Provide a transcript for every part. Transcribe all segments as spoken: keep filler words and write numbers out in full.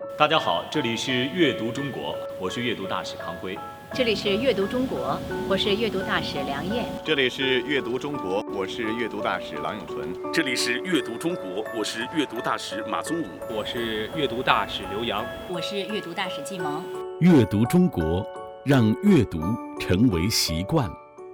大家好，这里是阅读中国，我是阅读大使康辉。 这里是阅读中国，我是阅读大使梁燕。 这里是阅读中国，我是阅读大使郎永淳。 这里是阅读中国，我是阅读大使马宗武。 我是阅读大使刘洋。 我是阅读大使季萌。 阅读中国，让阅读成为习惯。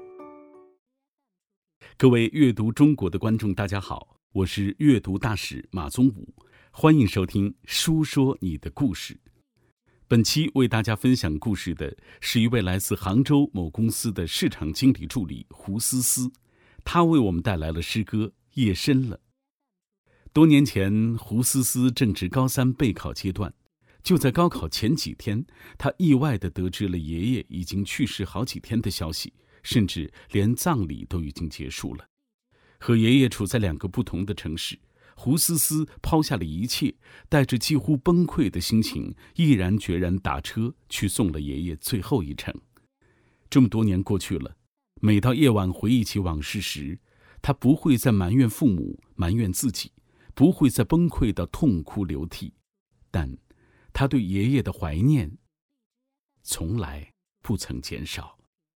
各位阅读中国的观众，大家好，我是阅读大使马宗武，欢迎收听书说你的故事。本期为大家分享故事的是一位来自杭州某公司的市场经理助理胡思思，他为我们带来了诗歌《夜深了》。多年前，胡思思正值高三备考阶段，就在高考前几天，他意外地得知了爷爷已经去世好几天的消息，甚至连葬礼都已经结束了。和爷爷处在两个不同的城市，胡思思抛下了一切，带着几乎崩溃的心情，毅然决然打车去送了爷爷最后一程。这么多年过去了，每到夜晚回忆起往事时，他不会再埋怨父母，埋怨自己，不会再崩溃到痛哭流涕，但他对爷爷的怀念从来不曾减少。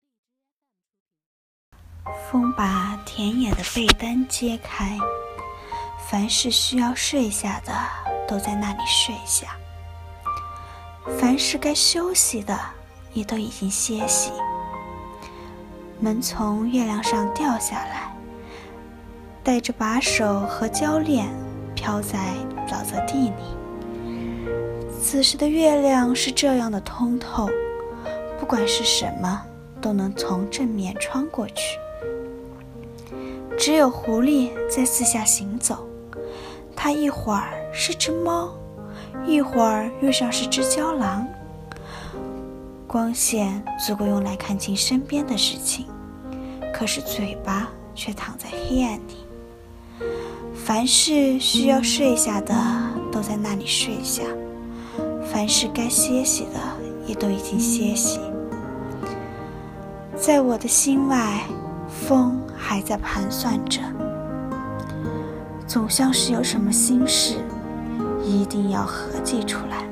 风把田野的被单揭开，凡是需要睡下的都在那里睡下，凡是该休息的也都已经歇息。门从月亮上掉下来，带着把手和铰链飘在沼泽地里。此时的月亮是这样的通透，不管是什么都能从正面穿过去。只有狐狸在四下行走，它一会儿是只猫，一会儿又像是只郊狼。光线足够用来看清身边的事情，可是嘴巴却躺在黑暗里。凡是需要睡下的都在那里睡下，凡是该歇息的也都已经歇息。在我的心外，风还在盘算着，总像是有什么心事一定要合计出来。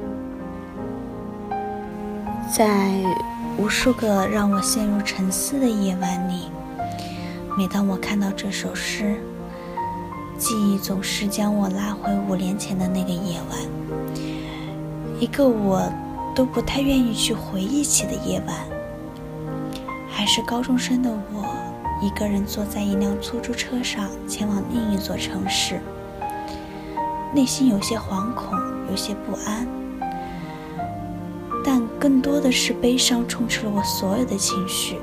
在无数个让我陷入沉思的夜晚里，每当我看到这首诗，记忆总是将我拉回五年前的那个夜晚，一个我都不太愿意去回忆起的夜晚。还是高中生的我，一个人坐在一辆出租车上前往另一座城市，内心有些惶恐，有些不安，但更多的是悲伤充斥了我所有的情绪。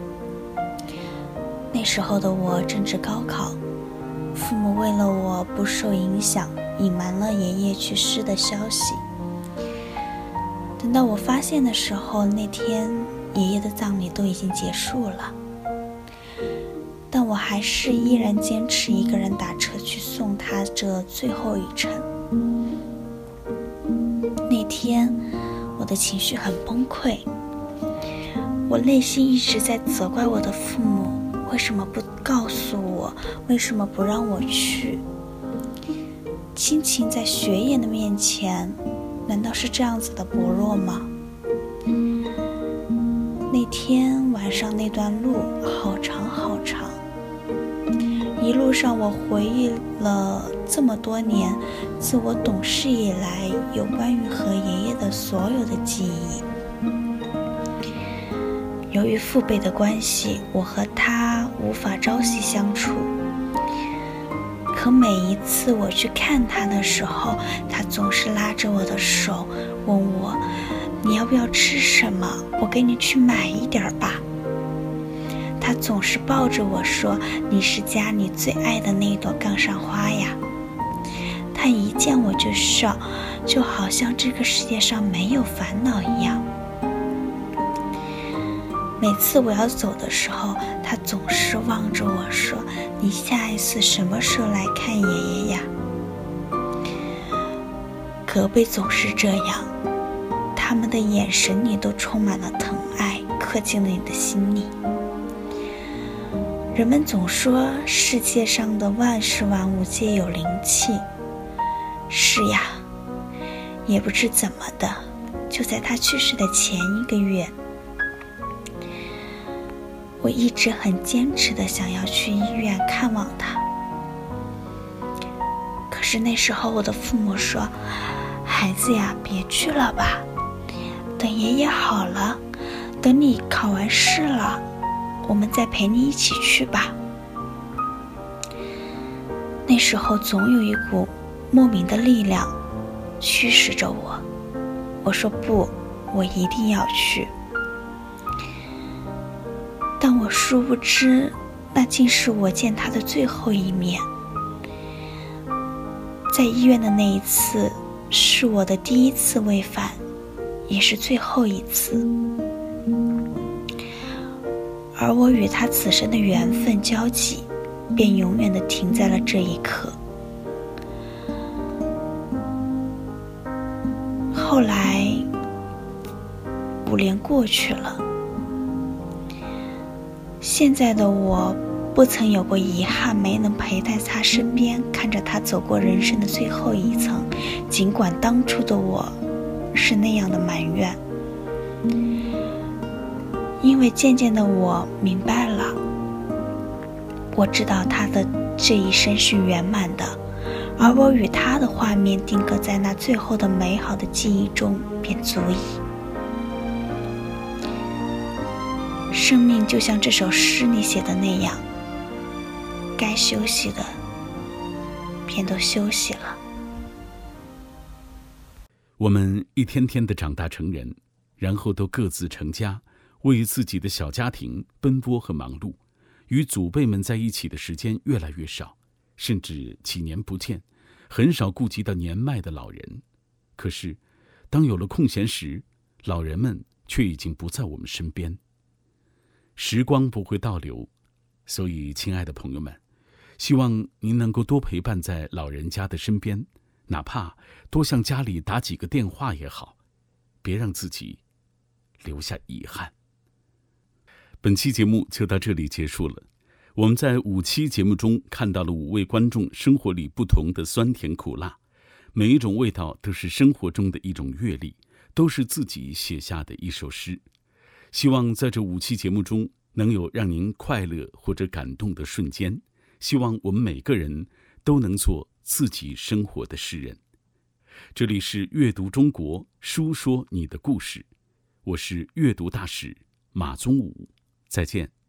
那时候的我正值高考，父母为了我不受影响，隐瞒了爷爷去世的消息。等到我发现的时候，那天爷爷的葬礼都已经结束了，但我还是依然坚持一个人打车去送他这最后一程。那天我的情绪很崩溃，我内心一直在责怪我的父母，为什么不告诉我，为什么不让我去。亲情在学业的面前难道是这样子的薄弱吗？那天晚上那段路好长好长，一路上我回忆了这么多年自我懂事以来有关于和爷爷的所有的记忆。由于父辈的关系，我和他无法朝夕相处，可每一次我去看他的时候，他总是拉着我的手问我，你要不要吃什么？我给你去买一点吧。他总是抱着我说，你是家里最爱的那朵杠上花呀。他一见我就笑，就好像这个世界上没有烦恼一样。每次我要走的时候，他总是望着我说，你下一次什么时候来看爷爷呀？隔辈总是这样，他们的眼神里都充满了疼爱，刻进了你的心里。人们总说世界上的万事万物皆有灵气，是呀， 也不知怎么的，就在他去世的前一个月，我一直很坚持的想要去医院看望他。可是那时候我的父母说，孩子呀，别去了吧，等爷爷好了，等你考完试了，我们再陪你一起去吧。那时候总有一股莫名的力量驱使着我，我说不，我一定要去。但我殊不知，那竟是我见他的最后一面。在医院的那一次，是我的第一次喂饭，也是最后一次。而我与他此生的缘分交集，便永远地停在了这一刻。后来，五年过去了，现在的我不曾有过遗憾，没能陪在他身边，看着他走过人生的最后一层，尽管当初的我是那样的埋怨。因为渐渐的我明白了，我知道他的这一生是圆满的，而我与他的画面定格在那最后的美好的记忆中便足矣。生命就像这首诗里写的那样，该休息的便都休息了。 我们一天天的长大成人，然后都各自成家，为自己的小家庭奔波和忙碌，与祖辈们在一起的时间越来越少，甚至几年不见，很少顾及到年迈的老人。可是当有了空闲时，老人们却已经不在我们身边。时光不会倒流，所以亲爱的朋友们，希望您能够多陪伴在老人家的身边，哪怕多向家里打几个电话也好，别让自己留下遗憾。本期节目就到这里结束了。我们在五期节目中看到了五位观众生活里不同的酸甜苦辣，每一种味道都是生活中的一种阅历，都是自己写下的一首诗。希望在这五期节目中能有让您快乐或者感动的瞬间，希望我们每个人都能做自己生活的诗人。这里是阅读中国，书说你的故事，我是阅读大使马宗武，再见。